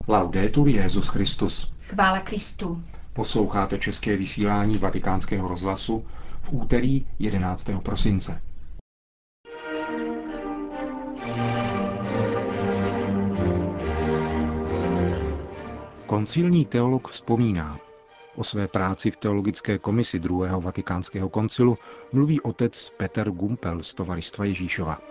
Laudetur Jesus Christus. Chvála Kristu. Posloucháte české vysílání Vatikánského rozhlasu v úterý 11. prosince. Koncilní teolog vzpomíná. O své práci v teologické komisi druhého vatikánského koncilu mluví otec Peter Gumpel z Tovaristva Ježíšova.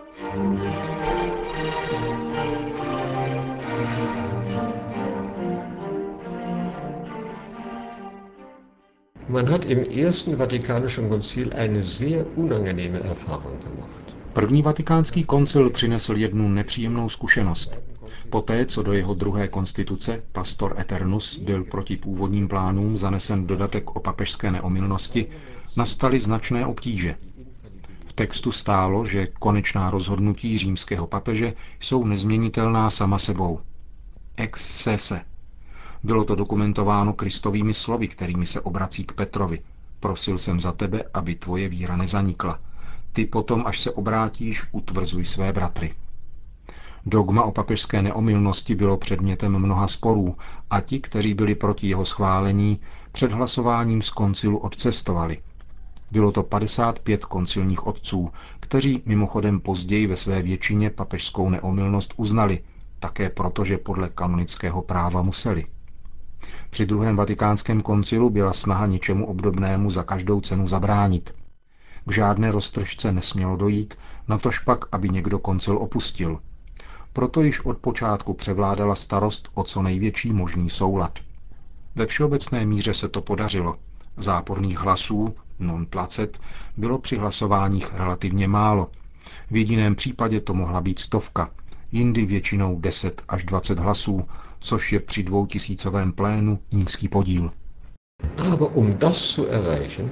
Man hat im ersten Vatikanischen Konzil eine sehr unangenehme Erfahrung gemacht. První vatikánský koncil přinesl jednu nepříjemnou zkušenost. Poté, co do jeho druhé konstituce Pastor Aeternus byl proti původním plánům zanesen dodatek o papežské neomylnosti, nastaly značné obtíže. V textu stálo, že konečná rozhodnutí římského papeže jsou nezměnitelná sama sebou. Ex sese. Bylo to dokumentováno Kristovými slovy, kterými se obrací k Petrovi. Prosil jsem za tebe, aby tvoje víra nezanikla. Ty potom, až se obrátíš, utvrzuj své bratry. Dogma o papežské neomylnosti bylo předmětem mnoha sporů a ti, kteří byli proti jeho schválení, před hlasováním z koncilu odcestovali. Bylo to 55 koncilních otců, kteří mimochodem později ve své většině papežskou neomylnost uznali, také proto, že podle kanonického práva museli. Při druhém vatikánském koncilu byla snaha něčemu obdobnému za každou cenu zabránit. K žádné roztržce nesmělo dojít, natož pak, aby někdo koncil opustil. Proto již od počátku převládala starost o co největší možný soulad. Ve všeobecné míře se to podařilo. Záporných hlasů, non placet, bylo při hlasováních relativně málo. V jediném případě to mohla být 100, jindy většinou 10 až 20 hlasů, což je při 2000 plénu nízký podíl. Aber das zu erreichen,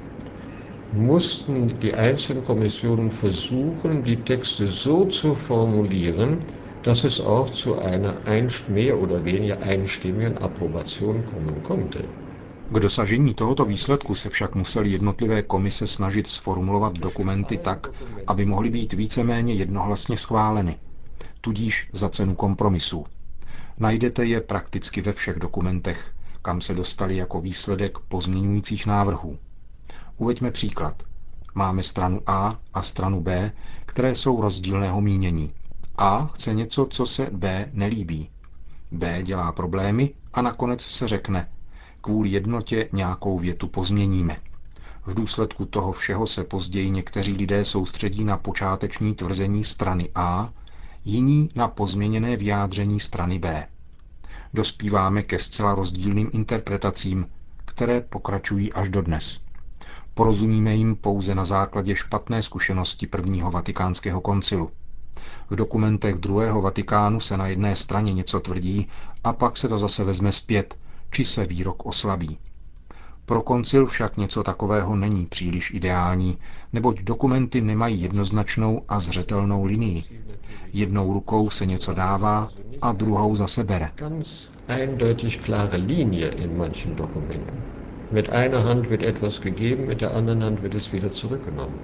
mussten die einzelnen Kommissionen versuchen, die Texte so zu formulieren, dass es auch zu einer mehr oder weniger einstimmigen Approbation kommen konnte. K dosažení tohoto výsledku se však musely jednotlivé komise snažit sformulovat dokumenty tak, aby mohly být víceméně jednohlasně schváleny, tudíž za cenu kompromisů. Najdete je prakticky ve všech dokumentech, kam se dostali jako výsledek pozměňujících návrhů. Uveďme příklad. Máme stranu A a stranu B, které jsou rozdílného mínění. A chce něco, co se B nelíbí. B dělá problémy a nakonec se řekne, kvůli jednotě nějakou větu pozměníme. V důsledku toho všeho se později někteří lidé soustředí na počáteční tvrzení strany A, jiní na pozměněné vyjádření strany B. Dospíváme ke zcela rozdílným interpretacím, které pokračují až dodnes. Porozumíme jim pouze na základě špatné zkušenosti prvního vatikánského koncilu. V dokumentech druhého Vatikánu se na jedné straně něco tvrdí a pak se to zase vezme zpět, či se výrok oslabí. Pro koncil však něco takového není příliš ideální, neboť dokumenty nemají jednoznačnou a zřetelnou linii. Jednou rukou se něco dává a druhou zase bere. Ganz eindeutig klare Linie in manchen Dokumenten. Mit einer Hand wird etwas gegeben, mit der anderen Hand wird es wieder zurückgenommen.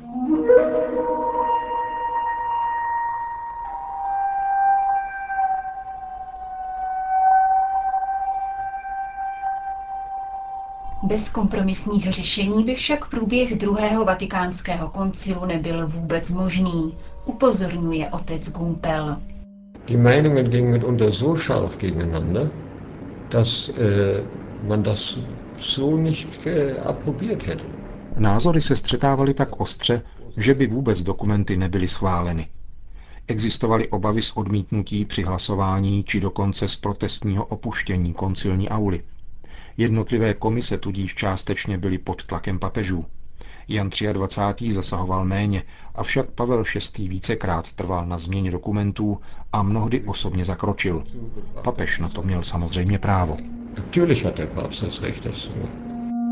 Bez kompromisních řešení by však průběh druhého vatikánského koncilu nebyl vůbec možný, upozorňuje otec Gumpel. Die Meinungen gingen mitunter so scharf gegeneinander, dass man das so nicht approbiert hätte. Názory se střetávaly tak ostře, že by vůbec dokumenty nebyly schváleny. Existovaly obavy z odmítnutí při hlasování či dokonce z protestního opuštění koncilní auly. Jednotlivé komise tudíž částečně byly pod tlakem papežů. Jan 23. zasahoval méně, avšak Pavel VI. Vícekrát trval na změně dokumentů a mnohdy osobně zakročil. Papež na to měl samozřejmě právo. Natürlich hat der Papst das Recht, das zu machen.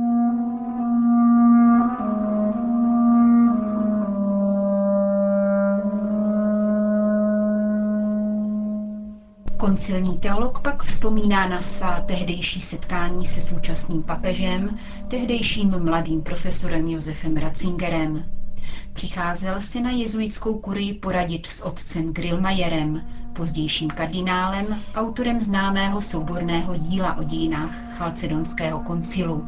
Koncilní teolog pak vzpomíná na svá tehdejší setkání se současným papežem, tehdejším mladým profesorem Josefem Ratzingerem. Přicházel si na jezuitskou kurii poradit s otcem Grillmayerem, pozdějším kardinálem, autorem známého souborného díla o dějinách Chalcedonského koncilu.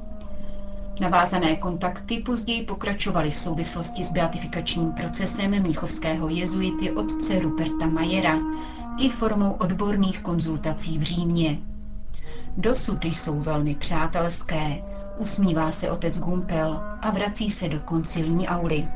Navázané kontakty později pokračovaly v souvislosti s beatifikačním procesem mnichovského jezuity otce Ruperta Mayera i formou odborných konzultací v Římě. Dosud jsou velmi přátelské, usmívá se otec Gumpel a vrací se do koncilní auly.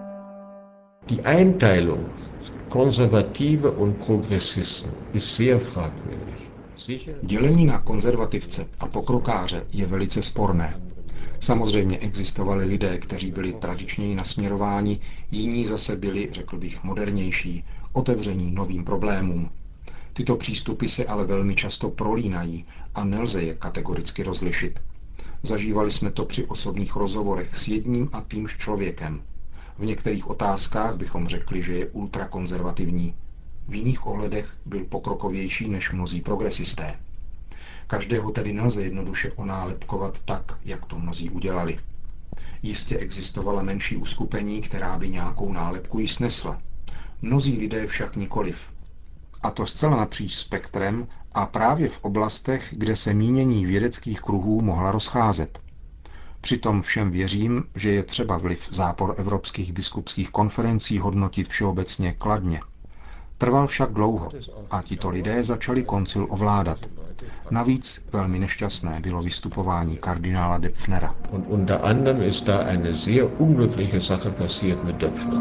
Die Einteilung Konservative und Progressisten ist sehr fragwürdig. Dělení na konzervativce a pokrokáře je velice sporné. Samozřejmě existovali lidé, kteří byli tradičněji nasměrováni, jiní zase byli, řekl bych, modernější, otevření novým problémům. Tyto přístupy se ale velmi často prolínají a nelze je kategoricky rozlišit. Zažívali jsme to při osobních rozhovorech s jedním a týmž člověkem. V některých otázkách bychom řekli, že je ultrakonzervativní. V jiných ohledech byl pokrokovější než mnozí progresisté. Každého tedy nelze jednoduše onálepkovat tak, jak to mnozí udělali. Jistě existovala menší uskupení, která by nějakou nálepku ji snesla. Mnozí lidé však nikoliv. A to zcela napříč spektrem a právě v oblastech, kde se mínění vědeckých kruhů mohla rozcházet. Přitom všem věřím, že je třeba vliv zápor evropských biskupských konferencí hodnotit všeobecně kladně. Trval však dlouho a tito lidé začali koncil ovládat. Navíc velmi nešťastné bylo vystupování kardinála Döpfnera. Und unter anderem ist da eine sehr unglückliche Sache passiert mit Döpfner.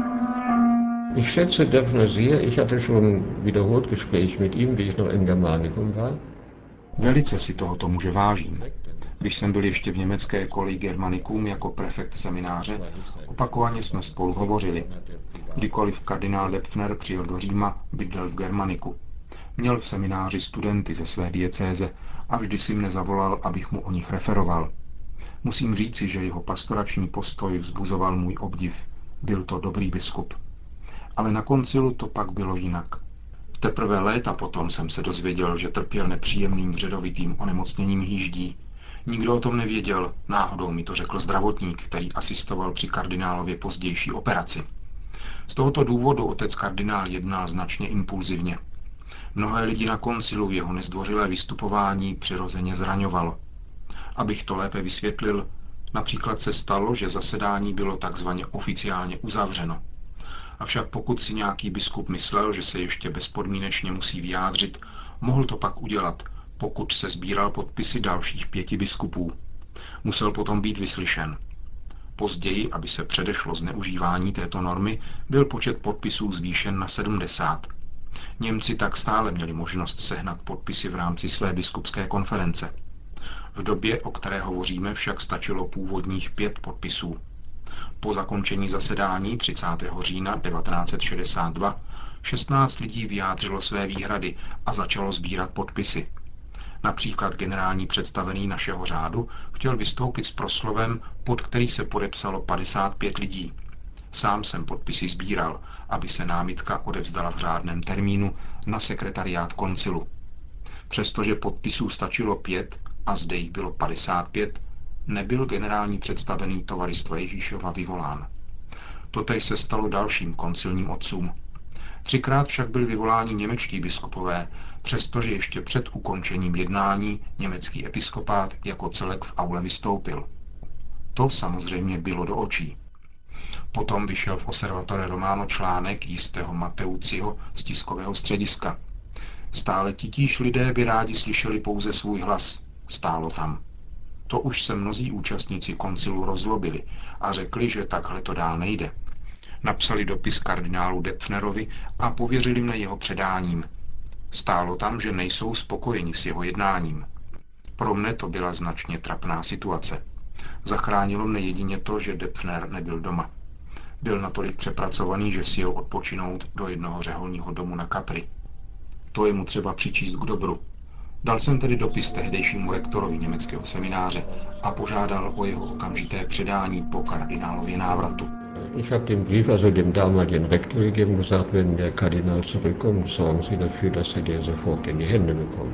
Ich schätze Döpfner sehr, ich hatte schon wiederholt Gespräch mit ihm, wie ich noch im Germanicum war. Velice si tohoto muže vážím. Když jsem byl ještě v německé koleji Germanicum jako prefekt semináře, opakovaně jsme spolu hovořili. Kdykoliv kardinál Döpfner přijel do Říma, bydlel v Germaniku. Měl v semináři studenty ze své diecéze a vždy si mne zavolal, abych mu o nich referoval. Musím říci, že jeho pastorační postoj vzbuzoval můj obdiv. Byl to dobrý biskup. Ale na koncilu to pak bylo jinak. Teprve léta potom jsem se dozvěděl, že trpěl nepříjemným vředovitým onemocněním hýždí. Nikdo o tom nevěděl, náhodou mi to řekl zdravotník, který asistoval při kardinálově pozdější operaci. Z tohoto důvodu otec kardinál jednal značně impulzivně. Mnohé lidi na koncilu jeho nezdvořilé vystupování přirozeně zraňovalo. Abych to lépe vysvětlil, například se stalo, že zasedání bylo takzvaně oficiálně uzavřeno. Avšak pokud si nějaký biskup myslel, že se ještě bezpodmínečně musí vyjádřit, mohl to pak udělat, pokud se sbíral podpisy dalších 5 biskupů. Musel potom být vyslyšen. Později, aby se předešlo zneužívání této normy, byl počet podpisů zvýšen na 70. Němci tak stále měli možnost sehnat podpisy v rámci své biskupské konference. V době, o které hovoříme, však stačilo původních 5 podpisů. Po zakončení zasedání 30. října 1962 16 lidí vyjádřilo své výhrady a začalo sbírat podpisy. Například generální představený našeho řádu chtěl vystoupit s proslovem, pod který se podepsalo 55 lidí. Sám jsem podpisy sbíral, aby se námitka odevzdala v řádném termínu na sekretariát koncilu. Přestože podpisů stačilo 5 a zde jich bylo 55, nebyl generální představený Tovaristva Ježíšova vyvolán. Totéž se stalo dalším koncilním otcům. 3krát však byli vyvoláni němečtí biskupové, přestože ještě před ukončením jednání německý episkopát jako celek v aule vystoupil. To samozřejmě bylo do očí. Potom vyšel v Osservatore Romano článek jistého Mateuciho z tiskového střediska. Stále titíž lidé by rádi slyšeli pouze svůj hlas. Stálo tam. To už se mnozí účastníci koncilu rozlobili a řekli, že takhle to dál nejde. Napsali dopis kardinálu Döpfnerovi a pověřili mne jeho předáním. Stálo tam, že nejsou spokojeni s jeho jednáním. Pro mne to byla značně trapná situace. Zachránilo mne jedině to, že Döpfner nebyl doma. Byl natolik přepracovaný, že si jel odpočinout do jednoho řeholního domu na Capri. To je mu třeba přičíst k dobru. Dal jsem tedy dopis tehdejšímu rektorovi německého semináře a požádal o jeho okamžité předání po kardinálově návratu. Ich habe den Brief also dem damaligen Rektor gegeben und gesagt, wenn der Kardinal zurückkommt, sorgen Sie dafür, dass er den sofort in die Hände bekommt.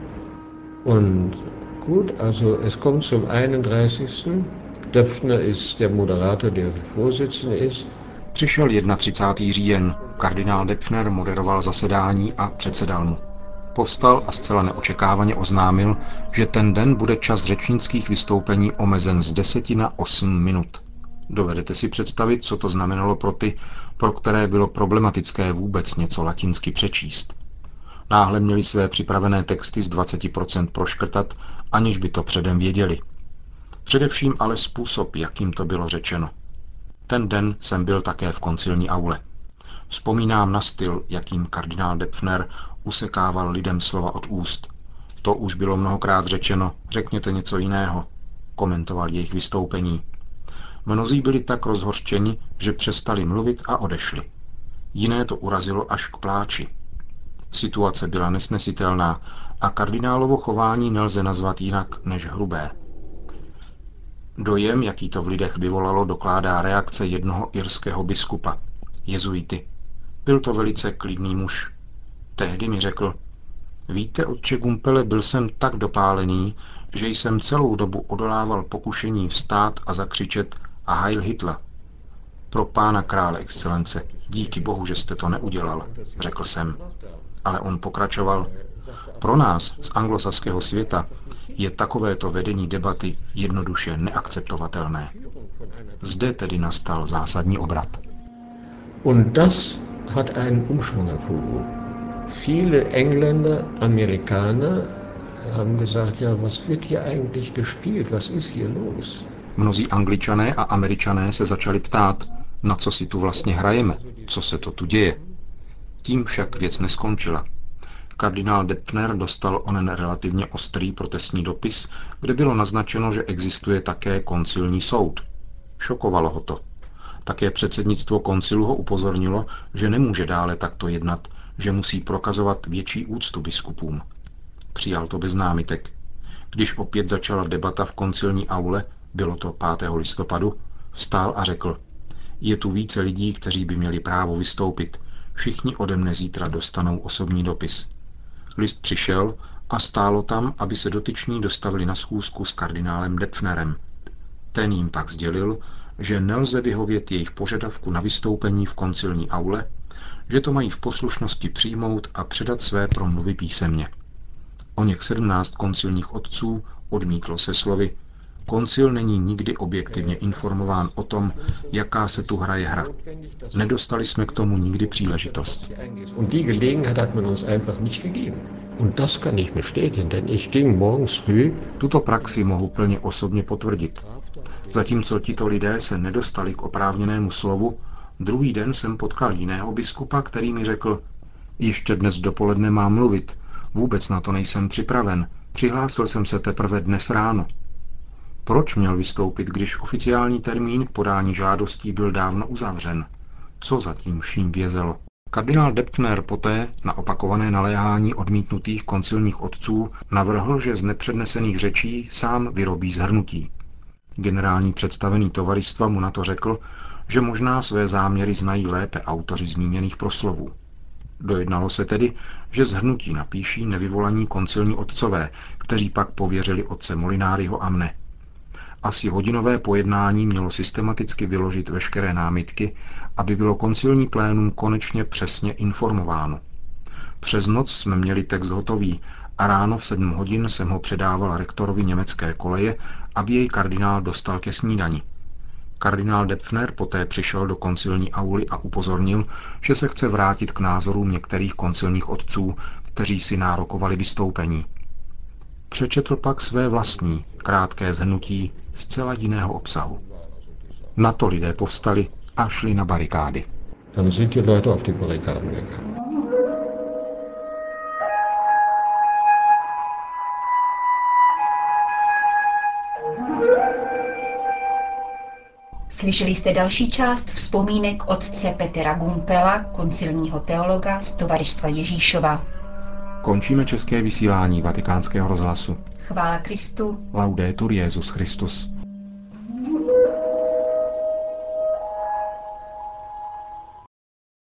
Und gut, also es kommt zum 31. Döpfner ist der Moderator, der Vorsitzende ist. Přišel 31. říjen, Kardinál Depfner moderoval zasedání a předsedal mu. Povstal a zcela neočekávaně oznámil, že ten den bude čas řečnických vystoupení omezen z 10 na 8 minut. Dovedete si představit, co to znamenalo pro ty, pro které bylo problematické vůbec něco latinsky přečíst. Náhle měli své připravené texty z 20% proškrtat, aniž by to předem věděli. Především ale způsob, jakým to bylo řečeno. Ten den jsem byl také v koncilní aule. Vzpomínám na styl, jakým kardinál Depfner usekával lidem slova od úst. To už bylo mnohokrát řečeno, řekněte něco jiného, komentoval jejich vystoupení. Mnozí byli tak rozhořčeni, že přestali mluvit a odešli. Jiné to urazilo až k pláči. Situace byla nesnesitelná a kardinálovo chování nelze nazvat jinak než hrubé. Dojem, jaký to v lidech vyvolalo, dokládá reakce jednoho irského biskupa, jezuity. Byl to velice klidný muž. Tehdy mi řekl: víte, otče Gumpele, byl jsem tak dopálený, že jsem celou dobu odolával pokušení vstát a zakřičet a Heil Hitler. Pro pána krále, excelence, díky bohu, že jste to neudělal, řekl jsem. Ale on pokračoval: pro nás z anglosaského světa je takovéto vedení debaty jednoduše neakceptovatelné. Zde tedy nastal zásadní obrat. Und das hat einen Umschwung hervorgerufen. Viele Engländer, Amerikaner haben gesagt, ja, was wird hier eigentlich gespielt? Was ist hier los? Mnozí Angličané a Američané se začali ptát, na co si tu vlastně hrajeme, co se to tu děje. Tím však věc neskončila. Kardinál Depfner dostal onen relativně ostrý protestní dopis, kde bylo naznačeno, že existuje také koncilní soud. Šokovalo ho to. Také předsednictvo koncilu ho upozornilo, že nemůže dále takto jednat, že musí prokazovat větší úctu biskupům. Přijal to bez námitek. Když opět začala debata v koncilní aule, bylo to 5. listopadu, vstál a řekl: je tu více lidí, kteří by měli právo vystoupit. Všichni ode mne zítra dostanou osobní dopis. List přišel a stálo tam, aby se dotyční dostavili na schůzku s kardinálem Depfnerem. Ten jim pak sdělil, že nelze vyhovět jejich požadavku na vystoupení v koncilní aule, že to mají v poslušnosti přijmout a předat své promluvy písemně. Oněch 17 koncilních otců odmítlo se slovy: koncil není nikdy objektivně informován o tom, jaká se tu hraje hra. Nedostali jsme k tomu nikdy příležitost. Und die Gelegenheit hat man uns einfach nicht gegeben. Und das kann ich bestätigen, denn ich ging morgens früh. Tuto praxi mohu plně osobně potvrdit. Zatímco tito lidé se nedostali k oprávněnému slovu, druhý den jsem potkal jiného biskupa, který mi řekl: ještě dnes dopoledne mám mluvit, vůbec na to nejsem připraven, přihlásil jsem se teprve dnes ráno. Proč měl vystoupit, když oficiální termín k podání žádostí byl dávno uzavřen? Co za tím vším vězelo? Kardinál Depfner poté, na opakované naléhání odmítnutých koncilních otců, navrhl, že z nepřednesených řečí sám vyrobí shrnutí. Generální představený tovaristva mu na to řekl, že možná své záměry znají lépe autoři zmíněných proslovů. Dojednalo se tedy, že shrnutí napíší nevyvolaní koncilní otcové, kteří pak pověřili otce Molináriho a mne. Asi hodinové pojednání mělo systematicky vyložit veškeré námitky, aby bylo koncilní plénum konečně přesně informováno. Přes noc jsme měli text hotový a ráno v 7 hodin jsem ho předával rektorovi německé koleje, aby jej kardinál dostal ke snídani. Kardinál Depfner poté přišel do koncilní auly a upozornil, že se chce vrátit k názorům některých koncilních otců, kteří si nárokovali vystoupení. Přečetl pak své vlastní, krátké shrnutí zcela jiného obsahu. Na to lidé povstali a šli na barikády. Dann sind die Leute auf die Barrikaden gegangen. Slyšeli jste další část vzpomínek otce Petra Gumpela, koncilního teologa z Tovaristva Ježíšova. Končíme české vysílání Vatikánského rozhlasu. Chvála Kristu. Laudetur Jesus Christus.